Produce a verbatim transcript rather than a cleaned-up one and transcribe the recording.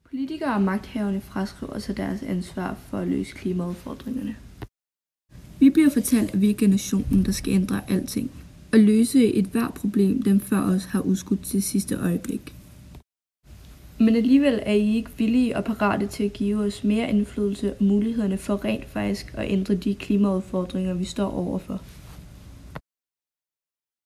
Politikere og magthaverne fraskriver sig deres ansvar for at løse klimaudfordringerne. Vi bliver fortalt, at vi er generationen, der skal ændre alting og løse et hvert problem, dem før os har udskudt til sidste øjeblik. Men alligevel er I ikke villige og parate til at give os mere indflydelse og mulighederne for rent faktisk at ændre de klimaudfordringer, vi står overfor.